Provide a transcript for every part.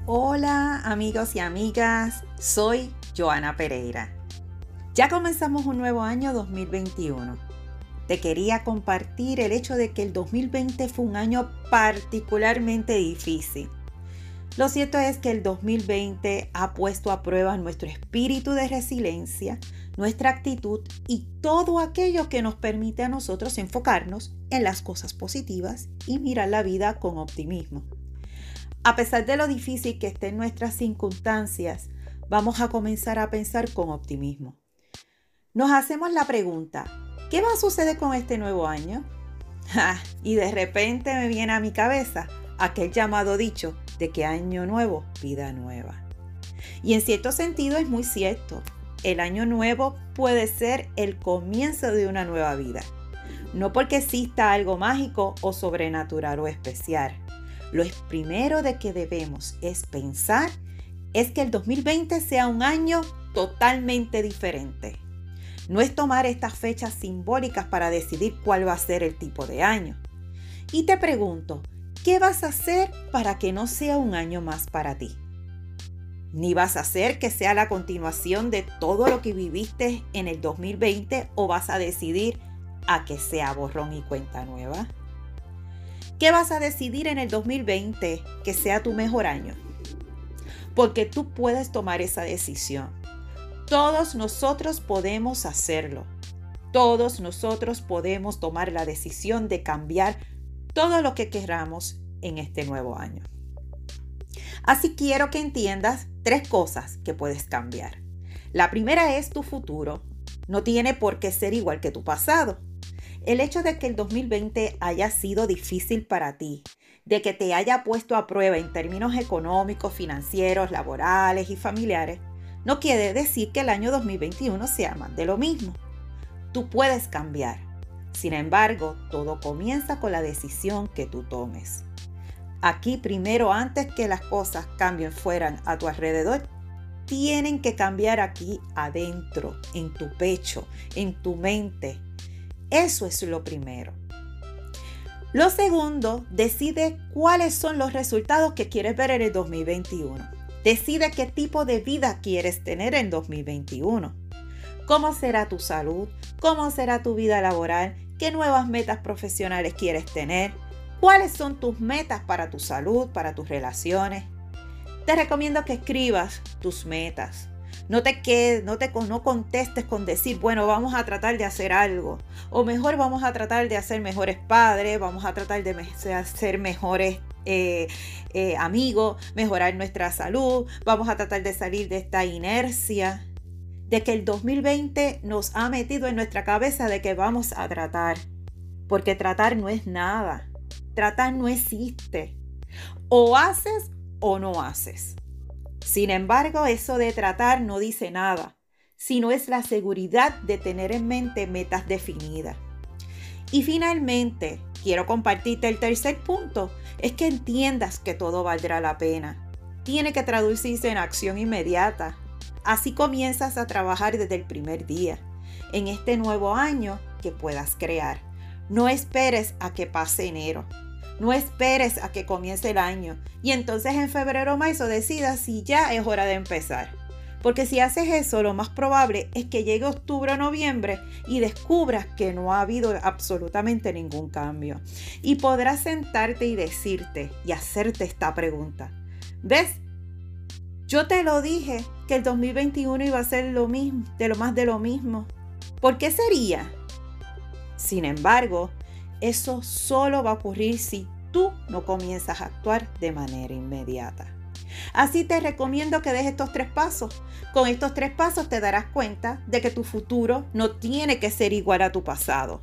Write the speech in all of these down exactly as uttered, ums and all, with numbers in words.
Hola amigos y amigas, soy Joana Pereira. Ya comenzamos un nuevo año dos mil veintiuno. Te quería compartir el hecho de que el dos mil veinte fue un año particularmente difícil. Lo cierto es que el dos mil veinte ha puesto a prueba nuestro espíritu de resiliencia, nuestra actitud y todo aquello que nos permite a nosotros enfocarnos en las cosas positivas y mirar la vida con optimismo. A pesar de lo difícil que estén nuestras circunstancias, vamos a comenzar a pensar con optimismo. Nos hacemos la pregunta, ¿qué va a suceder con este nuevo año? Ah, y de repente me viene a mi cabeza aquel llamado dicho de que año nuevo, vida nueva. Y en cierto sentido es muy cierto. El año nuevo puede ser el comienzo de una nueva vida. No porque exista algo mágico o sobrenatural o especial. Lo primero de que debemos es pensar es que el dos mil veinte sea un año totalmente diferente. No es tomar estas fechas simbólicas para decidir cuál va a ser el tipo de año. Y te pregunto, ¿qué vas a hacer para que no sea un año más para ti? Ni vas a hacer que sea la continuación de todo lo que viviste en el dos mil veinte o vas a decidir a que sea borrón y cuenta nueva. ¿Qué vas a decidir en el dos mil veinte que sea tu mejor año? Porque tú puedes tomar esa decisión. Todos nosotros podemos hacerlo. Todos nosotros podemos tomar la decisión de cambiar todo lo que queramos en este nuevo año. Así quiero que entiendas tres cosas que puedes cambiar. La primera es tu futuro. No tiene por qué ser igual que tu pasado. El hecho de que el dos mil veinte haya sido difícil para ti, de que te haya puesto a prueba en términos económicos, financieros, laborales y familiares, no quiere decir que el año dos mil veintiuno sea más de lo mismo. Tú puedes cambiar. Sin embargo, todo comienza con la decisión que tú tomes. Aquí primero, antes que las cosas cambien fuera a tu alrededor, tienen que cambiar aquí adentro, en tu pecho, en tu mente. Eso es lo primero. Lo segundo, decide cuáles son los resultados que quieres ver en el dos mil veintiuno. Decide qué tipo de vida quieres tener en dos mil veintiuno. ¿Cómo será tu salud? ¿Cómo será tu vida laboral? ¿Qué nuevas metas profesionales quieres tener? ¿Cuáles son tus metas para tu salud, para tus relaciones? Te recomiendo que escribas tus metas. No te quedes, no te no contestes con decir, bueno, vamos a tratar de hacer algo. O mejor vamos a tratar de ser mejores padres, vamos a tratar de ser mejores eh, eh, amigos, mejorar nuestra salud, vamos a tratar de salir de esta inercia de que el dos mil veinte nos ha metido en nuestra cabeza de que vamos a tratar. Porque tratar no es nada. Tratar no existe. O haces o no haces. Sin embargo, eso de tratar no dice nada, sino es la seguridad de tener en mente metas definidas. Y finalmente, quiero compartirte el tercer punto, es que entiendas que todo valdrá la pena. Tiene que traducirse en acción inmediata. Así comienzas a trabajar desde el primer día, en este nuevo año que puedas crear. No esperes a que pase enero. No esperes a que comience el año y entonces en febrero o marzo decidas si ya es hora de empezar. Porque si haces eso, lo más probable es que llegue octubre o noviembre y descubras que no ha habido absolutamente ningún cambio. Y podrás sentarte y decirte y hacerte esta pregunta. ¿Ves? Yo te lo dije que el dos mil veintiuno iba a ser lo mismo, de lo más de lo mismo. ¿Por qué sería? Sin embargo, eso solo va a ocurrir si tú no comienzas a actuar de manera inmediata. Así te recomiendo que des estos tres pasos. Con estos tres pasos te darás cuenta de que tu futuro no tiene que ser igual a tu pasado.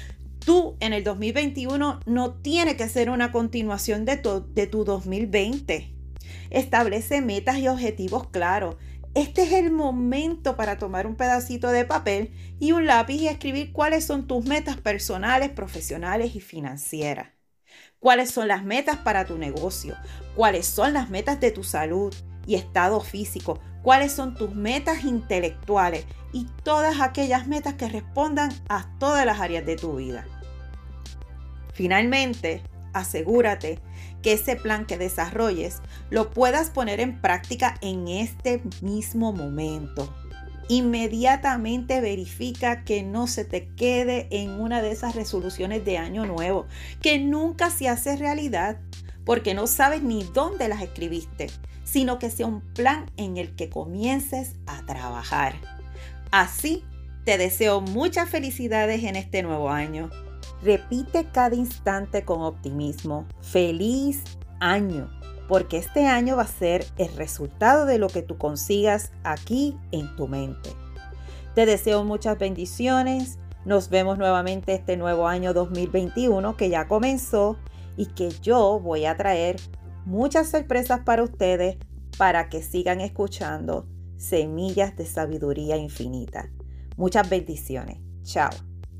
Tú en el dos mil veintiuno no tiene que ser una continuación de tu, de tu dos mil veinte. Establece metas y objetivos claros. Este es el momento para tomar un pedacito de papel y un lápiz y escribir cuáles son tus metas personales, profesionales y financieras. Cuáles son las metas para tu negocio, cuáles son las metas de tu salud y estado físico, cuáles son tus metas intelectuales y todas aquellas metas que respondan a todas las áreas de tu vida. Finalmente, asegúrate que ese plan que desarrolles lo puedas poner en práctica en este mismo momento. Inmediatamente verifica que no se te quede en una de esas resoluciones de año nuevo, que nunca se hace realidad porque no sabes ni dónde las escribiste, sino que sea un plan en el que comiences a trabajar. Así, te deseo muchas felicidades en este nuevo año. Repite cada instante con optimismo. ¡Feliz año! Porque este año va a ser el resultado de lo que tú consigas aquí en tu mente. Te deseo muchas bendiciones. Nos vemos nuevamente este nuevo año dos mil veintiuno que ya comenzó y que yo voy a traer muchas sorpresas para ustedes para que sigan escuchando Semillas de Sabiduría Infinita. Muchas bendiciones. Chao.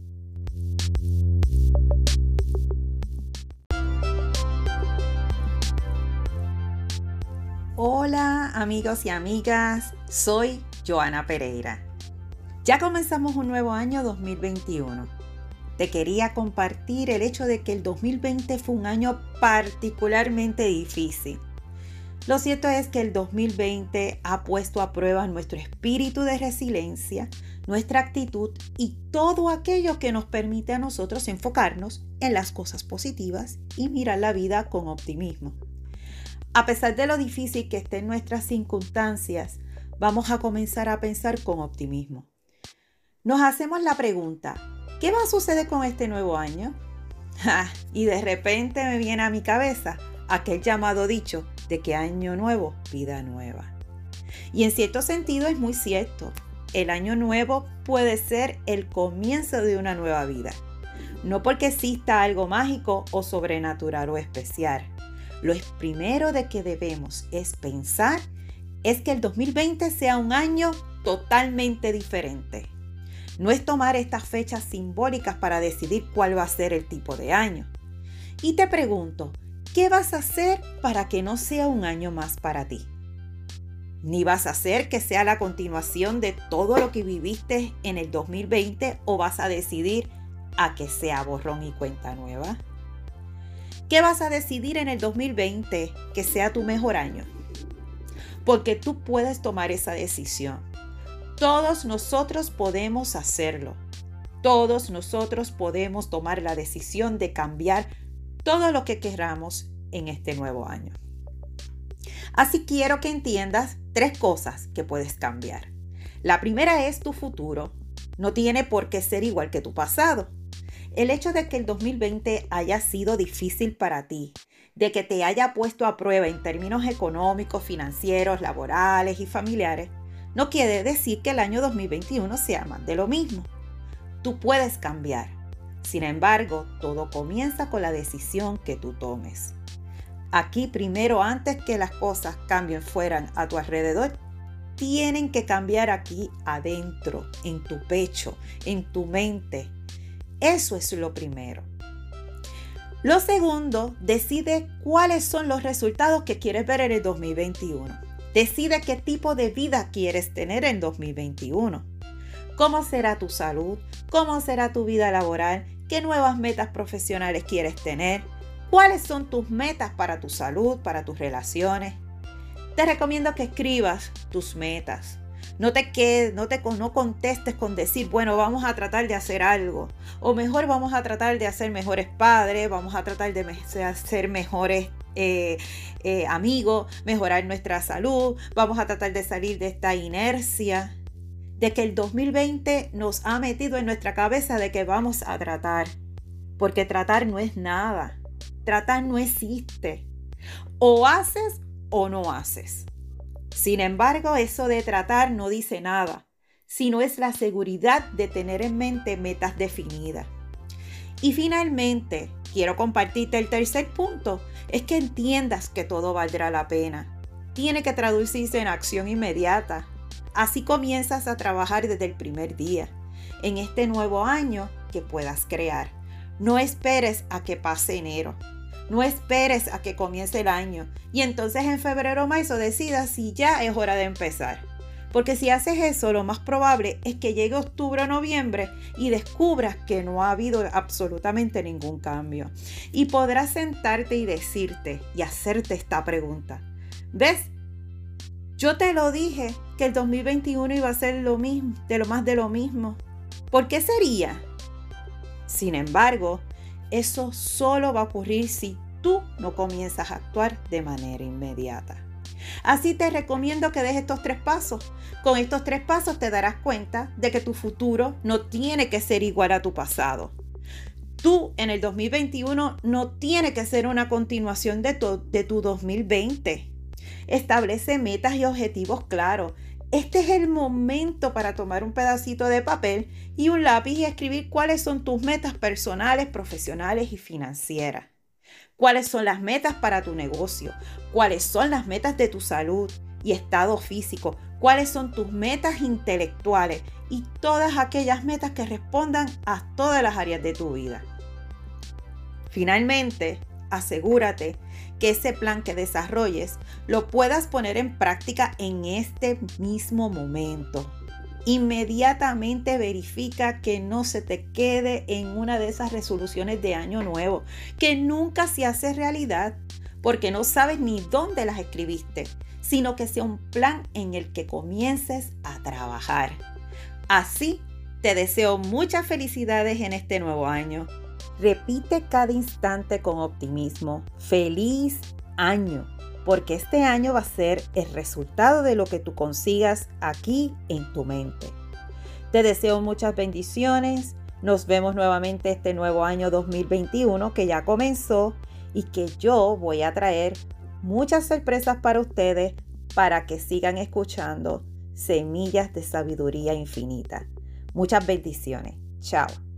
Hola amigos y amigas, soy Joana Pereira. Ya comenzamos un nuevo año dos mil veintiuno. Te quería compartir el hecho de que el dos mil veinte fue un año particularmente difícil. Lo cierto es que el dos mil veinte ha puesto a prueba nuestro espíritu de resiliencia, nuestra actitud y todo aquello que nos permite a nosotros enfocarnos en las cosas positivas y mirar la vida con optimismo. A pesar de lo difícil que estén nuestras circunstancias, vamos a comenzar a pensar con optimismo. Nos hacemos la pregunta, ¿qué va a suceder con este nuevo año? Ah, y de repente me viene a mi cabeza aquel llamado dicho de que año nuevo, vida nueva. Y en cierto sentido es muy cierto. El año nuevo puede ser el comienzo de una nueva vida. No porque exista algo mágico o sobrenatural o especial. Lo primero de que debemos es pensar es que el dos mil veinte sea un año totalmente diferente. No es tomar estas fechas simbólicas para decidir cuál va a ser el tipo de año. Y te pregunto, ¿qué vas a hacer para que no sea un año más para ti? Ni vas a hacer que sea la continuación de todo lo que viviste en el dos mil veinte o vas a decidir a que sea borrón y cuenta nueva. ¿Qué vas a decidir en el dos mil veinte que sea tu mejor año? Porque tú puedes tomar esa decisión. Todos nosotros podemos hacerlo. Todos nosotros podemos tomar la decisión de cambiar todo lo que queramos en este nuevo año. Así quiero que entiendas tres cosas que puedes cambiar. La primera es tu futuro. No tiene por qué ser igual que tu pasado. El hecho de que el dos mil veinte haya sido difícil para ti, de que te haya puesto a prueba en términos económicos, financieros, laborales y familiares, no quiere decir que el año dos mil veintiuno sea más de lo mismo. Tú puedes cambiar. Sin embargo, todo comienza con la decisión que tú tomes. Aquí primero, antes que las cosas cambien fuera a tu alrededor, tienen que cambiar aquí adentro, en tu pecho, en tu mente. Eso es lo primero. Lo segundo, decide cuáles son los resultados que quieres ver en el dos mil veintiuno. Decide qué tipo de vida quieres tener en dos mil veintiuno. ¿Cómo será tu salud? ¿Cómo será tu vida laboral? ¿Qué nuevas metas profesionales quieres tener? ¿Cuáles son tus metas para tu salud, para tus relaciones? Te recomiendo que escribas tus metas. No te quedes, no te no contestes con decir, bueno, vamos a tratar de hacer algo. O mejor vamos a tratar de ser mejores padres, vamos a tratar de ser mejores eh, eh, amigos, mejorar nuestra salud, vamos a tratar de salir de esta inercia de que el dos mil veinte nos ha metido en nuestra cabeza de que vamos a tratar. Porque tratar no es nada. Tratar no existe. O haces o no haces. Sin embargo, eso de tratar no dice nada, sino es la seguridad de tener en mente metas definidas. Y finalmente, quiero compartirte el tercer punto, es que entiendas que todo valdrá la pena. Tiene que traducirse en acción inmediata. Así comienzas a trabajar desde el primer día, en este nuevo año que puedas crear. No esperes a que pase enero. No esperes a que comience el año y entonces en febrero o marzo decidas si ya es hora de empezar. Porque si haces eso, lo más probable es que llegue octubre o noviembre y descubras que no ha habido absolutamente ningún cambio. Y podrás sentarte y decirte y hacerte esta pregunta. ¿Ves? Yo te lo dije que el dos mil veintiuno iba a ser lo mismo, de lo más de lo mismo. ¿Por qué sería? Sin embargo, eso solo va a ocurrir si tú no comienzas a actuar de manera inmediata. Así te recomiendo que des estos tres pasos. Con estos tres pasos te darás cuenta de que tu futuro no tiene que ser igual a tu pasado. Tú en el dos mil veintiuno no tiene que ser una continuación de tu, de tu dos mil veinte. Establece metas y objetivos claros. Este es el momento para tomar un pedacito de papel y un lápiz y escribir cuáles son tus metas personales, profesionales y financieras. ¿Cuáles son las metas para tu negocio? ¿Cuáles son las metas de tu salud y estado físico? ¿Cuáles son tus metas intelectuales? Y todas aquellas metas que respondan a todas las áreas de tu vida. Finalmente, asegúrate que ese plan que desarrolles lo puedas poner en práctica en este mismo momento. Inmediatamente verifica que no se te quede en una de esas resoluciones de año nuevo, que nunca se hace realidad, porque no sabes ni dónde las escribiste, sino que sea un plan en el que comiences a trabajar. Así, te deseo muchas felicidades en este nuevo año. Repite cada instante con optimismo. ¡Feliz año! Porque este año va a ser el resultado de lo que tú consigas aquí en tu mente. Te deseo muchas bendiciones. Nos vemos nuevamente este nuevo año dos mil veintiuno que ya comenzó y que yo voy a traer muchas sorpresas para ustedes para que sigan escuchando Semillas de Sabiduría Infinita. Muchas bendiciones. Chao.